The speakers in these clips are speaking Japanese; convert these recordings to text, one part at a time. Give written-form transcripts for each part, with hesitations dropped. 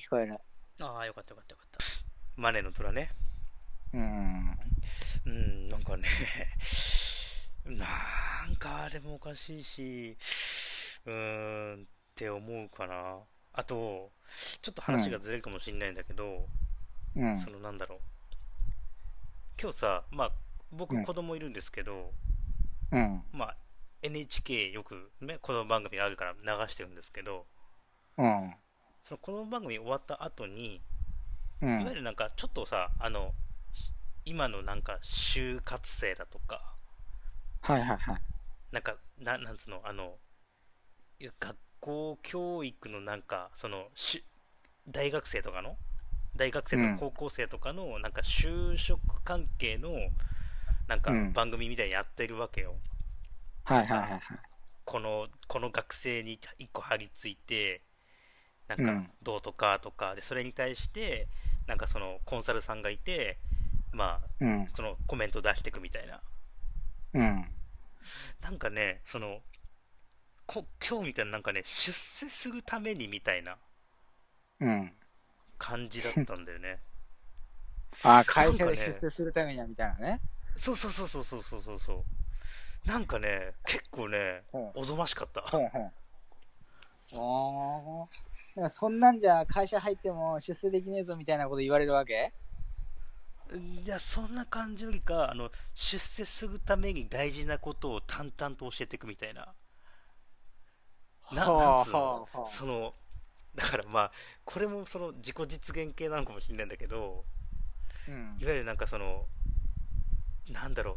聞こえる。 ああ、よかったよかったよかった。マネーの虎ね。 うん。 なんかねなんかあれもおかしいし、って思うかな。あと、ちょっとうん。 話がずれるかもしれないんだけど、 うん。 なんだろう。今日さ、まあ、僕うん。 子供いるんですけど、 うん。 まあ、NHK よくね、子供番組あるから流してるんですけど、 うん。 その子供番組終わった後に、 うん。 いわゆるなんかちょっとさ、今のなんか就活生だとか、 はいはいはい。 なんか、なんつうの、学校教育のなんか、大学生とかの大学生とかうん。 高校生とかのなんか就職関係のなんかうん。 番組みたいにやってるわけよ。 はいはいはいなんか、 はい。 この学生に一個張り付いて、なんかうん。 どうとかとかで、それに対してなんかそのコンサルさんがいて、まあうん。 そのコメント出していくみたいな。 うん。 なんかね、今日みたいな、なんかね、出世するためにみたいなうん。 感じだったんだよね。 ああ、 な会社で出んかね、 世するためにはみたいなね。 そうそうそうそうそうそうそうそう。なんかね、結構ね、 ほん。 おぞましかった。 ほんほん。ああ。だからそんなんじゃ会社入っても出世できねえぞみたいなこと言われるわけ？ いや、そんな感じよりか、出世するために大事なことを淡々と教えていくみたいな。なんはあつうのはあはだからまあ、これもその自己実現系なのかもしれないんだけど、 あ。うん。 いわゆるなんかなんだろ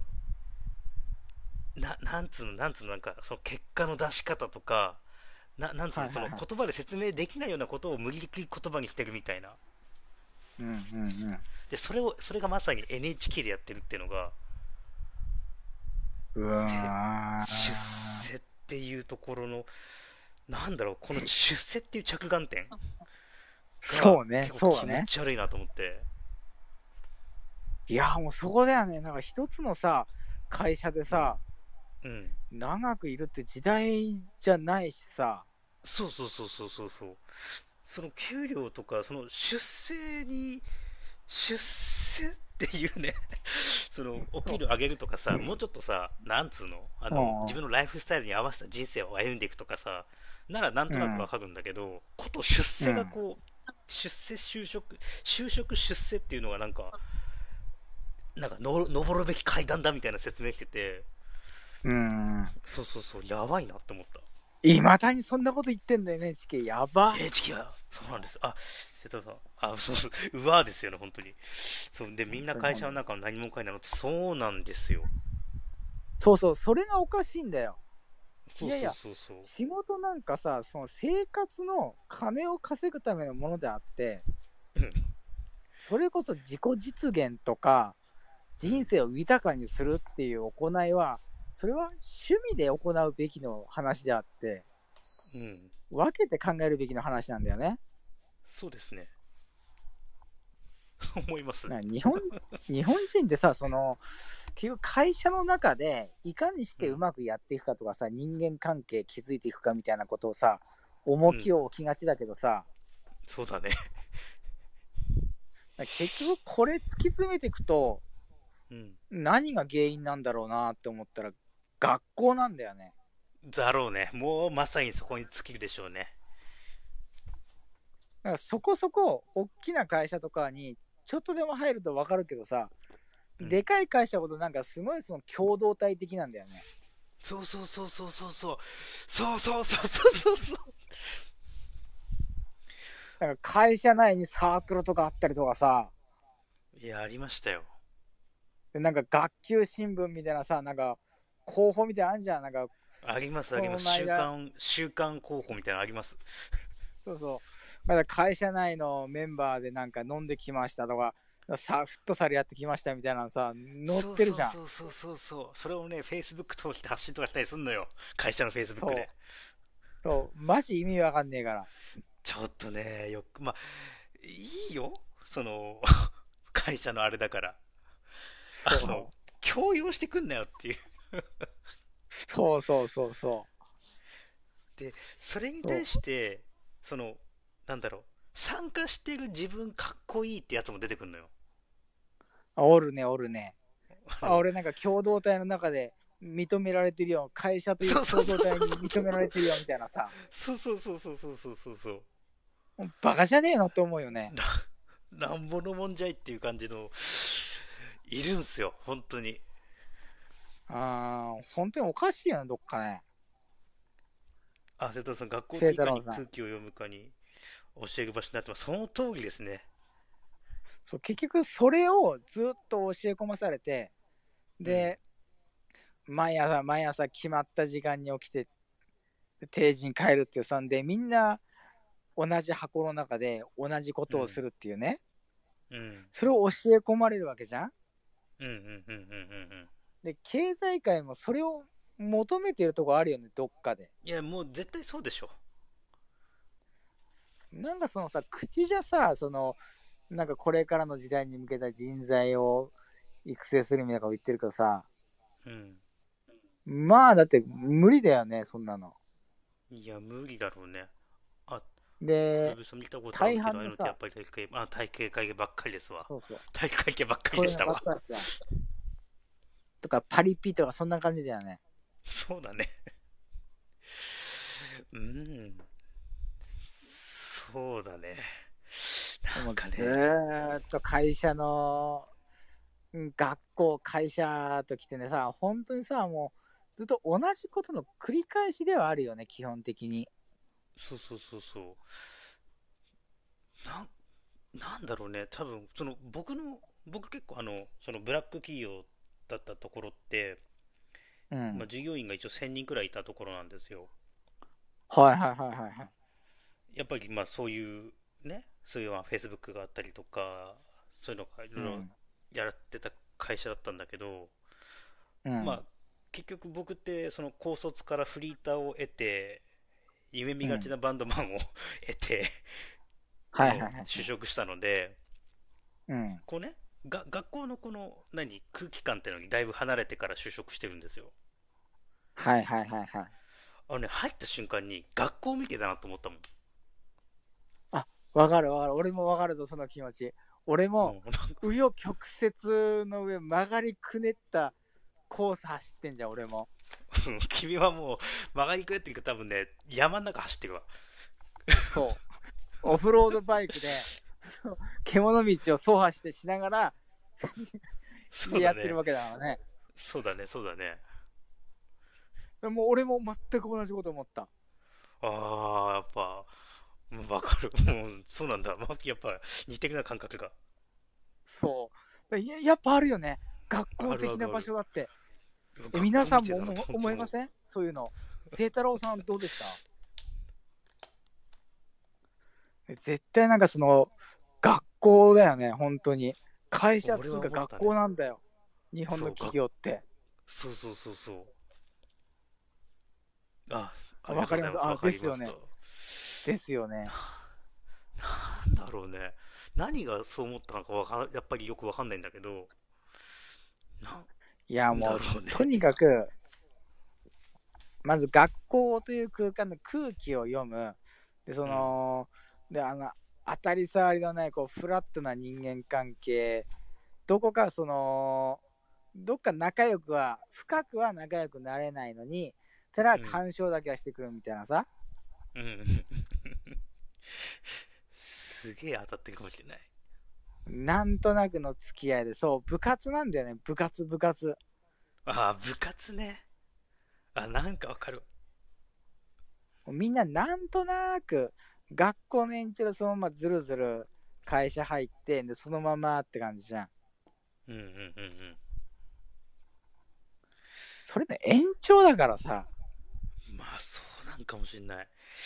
なんつうの、なんかその結果の出し方とか、なんつうの、そのはいはいはい。 言葉で説明できないようなことを無理やり言葉にしてるみたいな。 うんうんで、それがまさに NHK でやってるっていうのが、 うん。うで、 わ出世っー。 ていうところの、なんだろう、この出世っていう着眼点がそうね、 結構気持そうだね。 ち悪いなと思って。 いや、もうそこだよね。なんか一つのさ、会社でうん。 さ、 うん。 長くいるって時代じゃないしさ。 そうそうそうそうそうそう。その給料とか、出世っていうねおそう。 給料上げるとかさ、もうちょっとさ、なんつうの、自分のうライフスタイルに合わせた人生を歩んでいくとかさ、ならなんん。うとなくわん。 かるんだけど、こと出うん。 世が出世、就職出世っていうのがなんか登るべき階段だみたいな説明してて、 うん。 そうそうそう、やばいなって思った。 いまだにそんなこと言ってんだよね、チキ。やば。 違う、そうなんです。瀬戸さん、そうそう、うわーですよね、本当に。そうで、みんな会社の中の何者かになるって、そうなんですよ。 そうそう、それがおかしいんだよ。 そうそういやいや、 そうそう。 仕事なんかさ、その生活の金を稼ぐためのものであって、 うん、 それこそ自己実現とか、 うん、 人生を豊かにするっていう行いは、それは趣味で行うべきの話であって、 うん。 分けて考えるべきの話なんだよね。 そうですね。思います。 日本人ってさ、結局会社の中でいかにしうん、 てうまくやっていくかとかさ、人間関係築いていくかみたいなことをさ、 うん。 重きを置きがちだけどさ、 そうだね。 結局これ突き詰めていくと、 うん。 何が原因なんだろうなって思ったら、学校なんだよね。 だろうね。もうまさにそこに尽きるでしょうね。 だからそこそこ大きな会社とかにちょっとでも入ると分かるけどさ、 うん。 でかい会社ほどなんかすごいその共同体的なんだよね。 そうそうそうそうそうそう。そうそうそうそうそうそう。 なんか会社内にサークルとかあったりとかさ、 いや、ありましたよ。 でなんか学級新聞みたいなさ、なんか候補みたいなのあるじゃん。なんかあります、あります。 この間、 週刊候補みたいなのあります。 そうそう、まだ会社内のメンバーでなんか飲んできましたとか、さフットサルやってきましたみたいなのさ、載っそうてるじゃん。 そうそうそうそうそう。それをね、Facebook 通して発信とかしたりすんのよ。会社の Facebook で。 そう、そう、マジ意味わかんねえから。 ちょっとね、まあ、いいよ。会社のあれだから。あの、 そう、 強要してくんなよっていう。 そうそうそうで、それに対そして、その、なんだろう。 参加してる自分かっこいいってやつも出てくるのよ。 あ、おるね、おるね。あ、 あの、 俺なんか共同体の中で認められてるよ。会社というそうそう共同そうそうそ体に認められてるよみたいなさ。 う。そうそうそうそうそうそうそうそう。 もうバカじゃねえのって思うよね。 なんぼのもんじゃいっていう感じの、いるんすよ、本当に。 本当におかしいよね、どっかね。 あ、瀬戸さん、学校っ清ていかに太郎さん。 空気を読むかに教える場所になってます。その通りですね。 そう、結局それをずっと教え込まされて、 うん。 で、毎朝決まった時間に起きて、定時に帰るっていう、そんで、みんな同じ箱の中で同じこうん。 とをするっていうね。 うん。 それを教え込まれるわけじゃん。 うんうんうんうんうんうん。 で、経済界もそれを求めてるとこあるよね、どっかで。 いや、もう絶対そうでしょ。 なんかそのさ、口じゃさ、なんかこれからの時代に向けた人材を育成するみたいなこと言ってるけどさ、 うん。 まあだって無理だよね、そんなの。 いや、無理だろうね。あ、はやで、 ぶさ見たことあ大るけど、ああいうのってやっ半のさ、 ぱり体育会系ばっかりですわ。 そうそう、 体育会系ばっかりそういうのばっでしたわ。 かりさ、とかパリピとかそんな感じだよね。 そうだね。うん。そうだね。なんもうずかね。 ーっと会社の、学校、会社と来てねさ、本当にさ、もうずっと同じことの繰り返しではあるよね、基本的に。 そうそうそうそう。なんだろうね。多分、僕結構そのブラック企業だったところって、まあ、 うん。 従業員が一応1000人くらいいたところなんですよ。 はいはいはいはいはい。 やっぱりまあそういうね、そういうまあ Facebook があったりとか、そういうのがいろいろうん。 やってた会社だったんだけど、まあうん。 結局僕ってその高卒からフリーターを得て、夢見がちうん。 なバンドマンを得て、 はいはいはいはい。 就職したので、 うん。 こうね、学校のこの空気感っていうのにだいぶ離れてから就職してるんですよ。 はいはいはいはい。 入った瞬間に学校みてえだなと思ったもん。 あ、わかるわかる。俺もわかるぞ、その気持ち。俺も、 うん、 紆余曲折の上、曲がりくねったコース走ってんじゃん、俺も。 君はもう曲がりくれっていうか多分ね、山の中走ってるわ。 そう。オフロードバイクで、獣道を走破してしながら、 そうだね。 でやってるわけだからね。 そうだね、そうだね。 もう俺も全く同じこと思った。 ああ、やっぱ、わかる。もう、そうなんだ。やっぱ、似てるな感覚が。 そう。やっぱあるよね。学校あるあ的な場るある。 所だって。 学皆さんも校見てたな、本当に。 思いませんそういうの。清太郎さんどうでした？絶対なんか学校だよね、本当に。会社っ俺はつうか学思ったね。 校なんだよ。日本そう、 の企業って。 そうそうそうそう。あ、ああ、 りがわかります。 とうございます。わあ、 かりました。 ですよね。ですよね。 なんだろうね。何がそう思ったのかやっぱりよくわかんないんだけど、 いや、 なんだもう、 ろうね。 とにかく、まず学校という空間の空気を読む。で、 うん、 で、当たり障りのない、フラットな人間関係。どこかどっか深くは仲良くなれないのに、ただうん、 干渉だけはしてくるみたいなさ。 うん。すげえ当たってるかもしれない。 なんとなくの付き合いで、そう、部活なんだよね。部活。 ああ、部活ね。あ、なんかわかる。 みんななんとなく、学校の延長でそのままずるずる会社入って、で、そのままって感じじゃん。 うんうんうんうん。 それの延長だからさ。 まあ、そうなんかもしれない。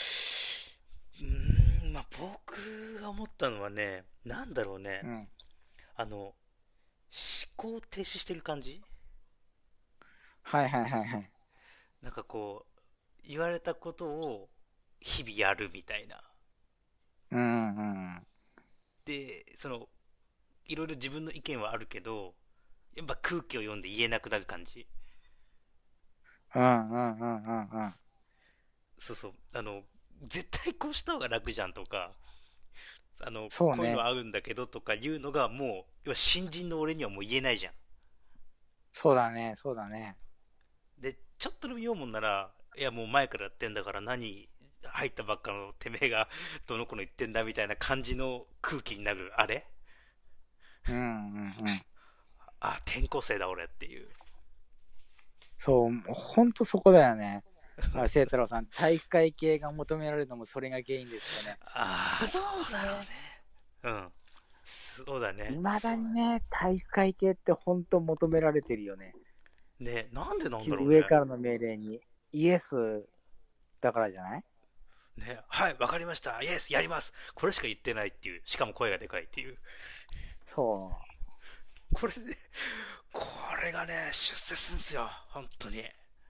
まあ、僕が思ったのはね、なんだろうね。 うん。 思考停止してる感じ。 はいはいはいはい。 なんかこう、言われたことを日々やるみたいな。 うんうんで、いろいろ自分の意見はあるけど、やっぱ空気を読んで言えなくなる感じ。 うんうんうんうんうん。 そうそう。絶対こうした方が楽じゃんとか、 そうね。 こういうの合うんだけどとかいうのがもう、要は新人の俺にはもう言えないじゃん。 そうだね。そうだね。 で、ちょっとでも言おうもんなら、いやもう前からやってんだから何入ったばっかのてめえがどの子の言ってんだみたいな感じの空気になる、あれうんうんうん。 あ、転校生だ俺っていう。 そう、ほんとそこだよね。清太郎さん、体育会系が求められるのもそれが原因ですよね。 ああ、 とこそうだろうね。 ろでね、 うん。そうだね。 いまだにね、体育会系ってほんと求められてるよね。 ね、なんでなんだろうね。 上からの命令に、イエスだからじゃない？ ね、はい、わかりました。イエス、やります。これしか言ってないっていう。しかも声がでかいっていう。 そこれで、これがね、出世すんすよ。本当に。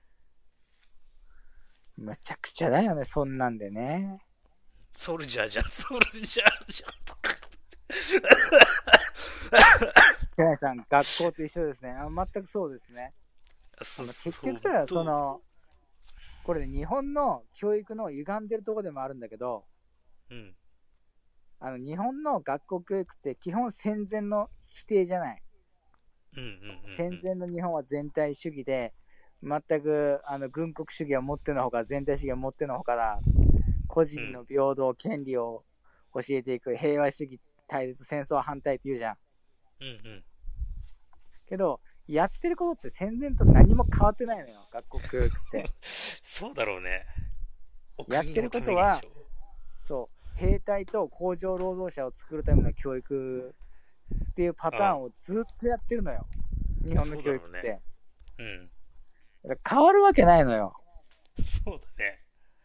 う。むちゃくちゃだよね、そんなんでね。 ソルジャーじゃん、ソルジャーじゃんとか。 ケナイさん、学校と一緒ですね。全くそうですね。結局は、これで日本の教育の歪んでるところでもあるんだけど、 うん。 日本の学校教育って基本戦前の否定じゃない。 うんうんうんうん。 戦前の日本は全体主義で、全く軍国主義は持ってのほか、全体主義は持ってのほかだ。個人の平等、権利を教えていく、平和主義、対立、戦争は反対って言うじゃん。 うんうん。 けど、やってることって戦前と何も変わってないのよ、学校教育って。 そうだろうね。 やってることは、そう、兵隊と工場労働者を作るための教育っていうパターンをずっとやってるのよ。日本の教育って。 ね、うん。 だから変わるわけないのよ。 そうだね。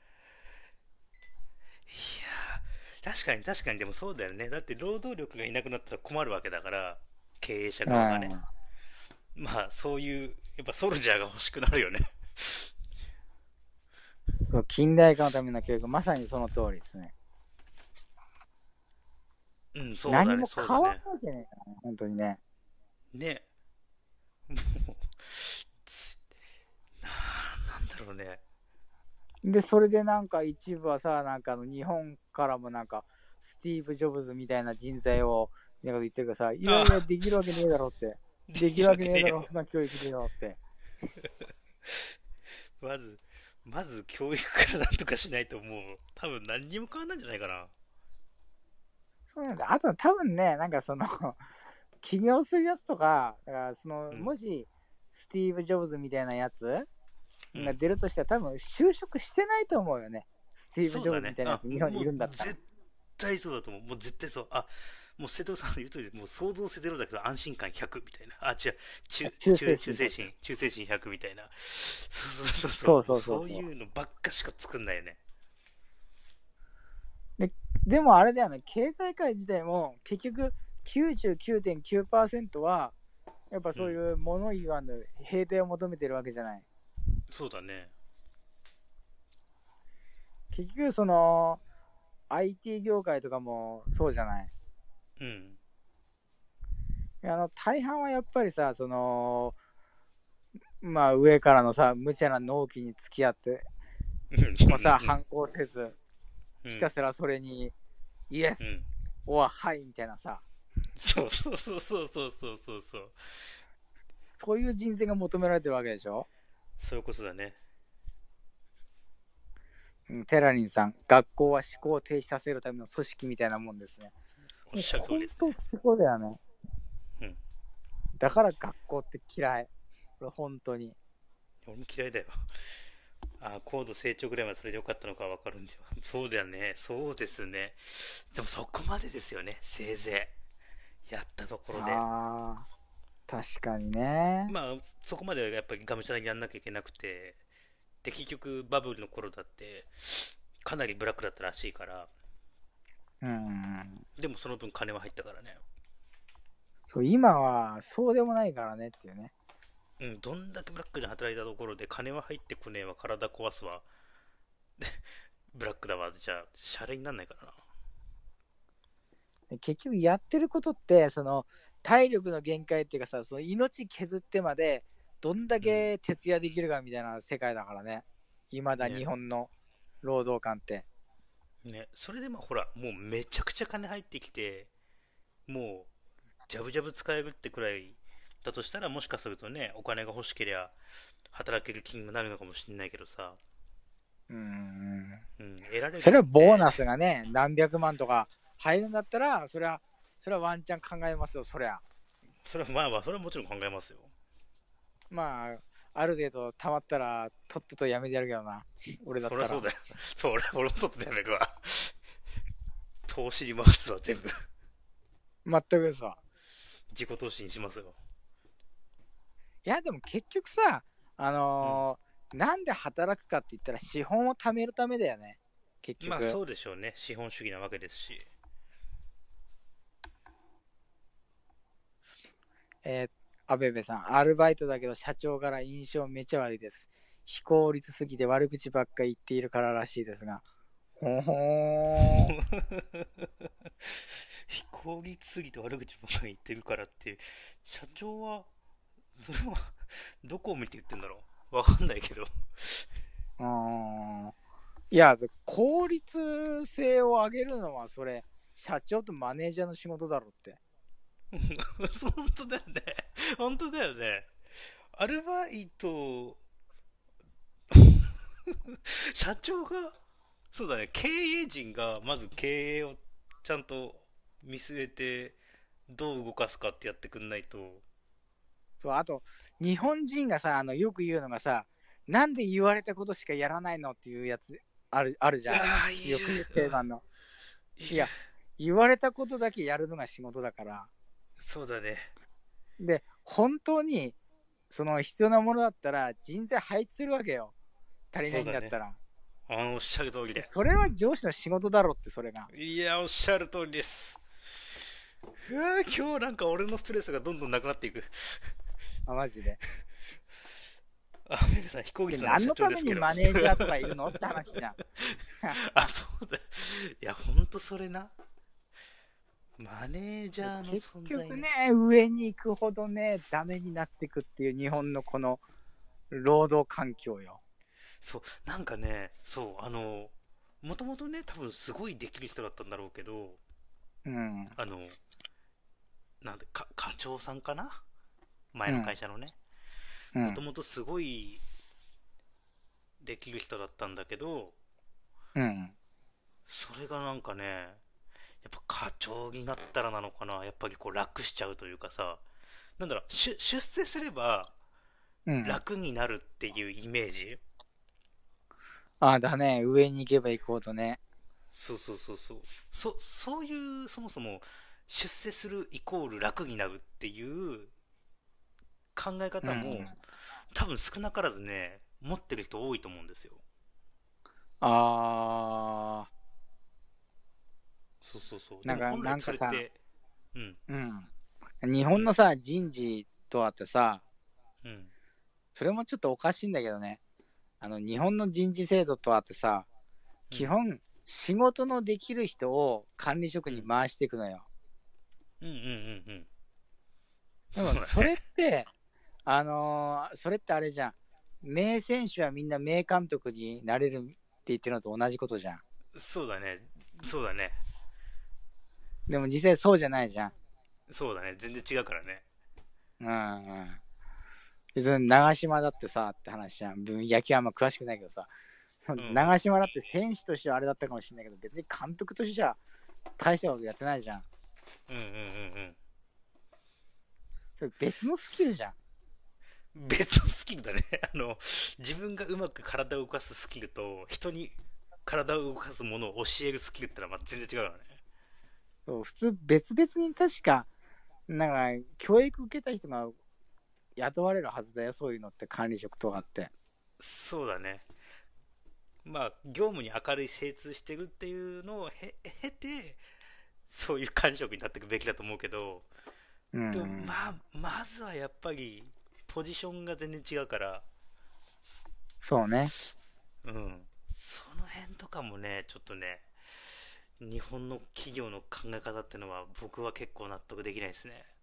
いや確かに確かにでもそうだよね。だって労働力がいなくなったら困るわけだから、経営者側がね。まあそういう、やっぱソルジャーが欲しくなるよね。 そう近代化のための教育、まさにその通りですね。 うん、そうだね。 何も変わらないわけないからね、本当にね。 ね。もう、なんだろうね。 で、それでなんか一部はさ、なんか日本からもなんか、スティーブ・ジョブズみたいな人材を、なんか言ってるからさ、いやいや、できるわけねえだろって。できるわけねえだろ、そんな教育でよって。 まず教育からなんとかしないともう、多分何にも変わんないんじゃないかな。 そうなんだ。あと多分ね、なんか起業するやつとか、だからもし、スティーブ・ジョブズみたいなやつが出るとしたら、多分就職してないと思うよね。スティーブ・ジョブズみたいなやつ、日本にいるんだったら。 絶対そうだと思う。もう絶対そう。もう瀬戸さんの言う通りで、もう想像性ゼロだけど安心感100みたいな。違う、忠誠心100みたいな。そういうのばっかしか作んないよね。 でもあれだよね、経済界自体も結局99.9% は、やっぱそういう物言わぬ平定を求めてるわけじゃない。 そうだね。 結局IT 業界とかもそうじゃない。 うん。 大半はやっぱりさ、まあ上からのさ、無茶な納期に付き合って、もうさ、反抗せず、ひたすらそれに、イエス、おははいみたいなさ。 そう。 そういう人選が求められてるわけでしょ。 そういうことだね。 テラリンさん、学校は思考を停止させるための組織みたいなもんですね。 おっしゃる通りです、ね。 本当そこだよね。 うん。 だから学校って嫌い。俺本当に。 俺も嫌いだよ。高度成長ぐらいまでそれでよかったのかわかるんじゃ。そうだよね。そうですね。でもそこまでですよね。せいぜい。やったところで。 確かにね。 まあ、そこまでやっぱりがむしゃらにやんなきゃいけなくて。で、結局バブルの頃だって、かなりブラックだったらしいから。でもその分金は入ったからね。 そう、今はそうでもないからねっていうね。 うん、どんだけブラックで働いたところで金は入ってこねえわ、体壊すわ。ブラックだわ、じゃあ、シャレになんないからな。結局やってることって、体力の限界っていうかさ、命削ってまで、どんだけ徹夜できるかみたいな世界だからね。未だ日本の労働観って。 ね、それでまあほら、もうめちゃくちゃ金入ってきて、もう、ジャブジャブ使えるってくらいだとしたら、もしかするとね、お金が欲しけりゃ、働ける気になるのかもしれないけどさ、 うーん。 うん、得られそるのって、 れはボーナスがね、何百万とか入るんだったら、それはワンチャン考えますよ、そりゃ。 それはまあまあ、それはもちろん考えますよ。 まあ、ある程度貯まったら、とっととやめてやるけどな。俺だったら。 そりゃそうだよ。そう、俺もとってやめるわ。投資に回すわ、全部。 全くさ。 自己投資にしますよ。 いや、でも結局さ、 うん。 なんで働くかって言ったら資本を貯めるためだよね。結局。 まあそうでしょうね。資本主義なわけですし。 えー、アベベさん、アルバイトだけど社長から印象めちゃ悪いです。非効率すぎて悪口ばっか言っているかららしいですが。ほほー。 非効率すぎて悪口ばっかり言ってるからって、社長は、それは、どこを見て言ってんだろう。わかんないけど。 うーん。いや、効率性を上げるのは、それ、社長とマネージャーの仕事だろって。 本当だよね。本当だよね。アルバイト、社長が、そうだね、経営陣がまず経営をちゃんと見据えて、どう動かすかってやってくんないと。 そう、あと、日本人がさ、よく言うのがさ、なんで言われたことしかやらないのっていうやつあるじゃん。 ああ、いる。 よく言う定番の。 いる。 いや、言われたことだけやるのが仕事だから。 そうだね。 で、本当に、その必要なものだったら人材配置するわけよ。足りなそうだね。 いんだったら。 おっしゃる通りだよ。 それは上司の仕事だろって、それが。 いや、おっしゃる通りです。うわー、今日なんか俺のストレスがどんどんなくなっていく。 あ、マジで。 あ、メグさん、非効で、 率なのは何のた社長ですけど。 めにマネージャーとかいるのって話じゃん。 あ、そうだ。いや、ほんとそれな。マネージャーの結存在ね。 局ね、上に行くほどね、ダメになってくっていう日本のこの労働環境よ。 そう、なんかね、そう、もともとね、多分すごいできる人だったんだろうけど、 うん。 あの、なんで、課長さんかな、前のうん。 会社のね。 うん。 もともとすごいできる人だったんだけど、 うん。 それがなんかね、やっぱ課長になったらなのかな、やっぱりこう楽しちゃうというかさ、なんだろう、出世すればうん。 楽になるっていうイメージ。 ああ、だね。上に行けば行くほどね。 そうそうそうそう。そういう、そもそも出世するイコール楽になるっていう考えうん。う方もん。 多分少なからずね、持ってる人多いと思うんですよ。 ああ、 そうそうそう。でなんか、 も本来なんかさ、 それって、うん、 うん。日うん、 本のさ、人事とあってさ、 うん、 それもちょっとおかしいんだけどね。日本の人事制度とあってさ、 うん、 基本、仕事のできる人を管理職うん、 に回していくのよ。 うん、うん、うん、うん。 でも、 そうだね。 それって、それってあれじゃん。名選手はみんな名監督になれるって言ってるのと同じことじゃん。 そうだね。そうだね。 でも実際そうじゃないじゃん。 そうだね。全然違うからね。 うんうん。別に長島だってさ、って話じゃん。野球あんま詳しくないけどさ、そのうん、うん。 長島だって選手としてはあれだったかもしれないけど、別に監督としては大したことやってないじゃん。 うん、うん、うん、うん。 それ別のスキルじゃん。 別のスキルだね。自分がうまく体を動かすスキルと、人に体を動かすものを教えるスキルってのはまあ全然違うからね。 そう普通別々に確か、なんか教育受けた人が雇われるはずだよ、そういうのって管理職とかって。 そうだね。まあ、業務に明るい精通してるっていうのを経て、そういう管理職になっていくべきだと思うけど、 うでもん。 まずはやっぱり、ポジションが全然違うから、 そうね。 うん。その辺とかもね、ちょっとね、日本の企業の考え方ってのは僕は結構納得できないですね。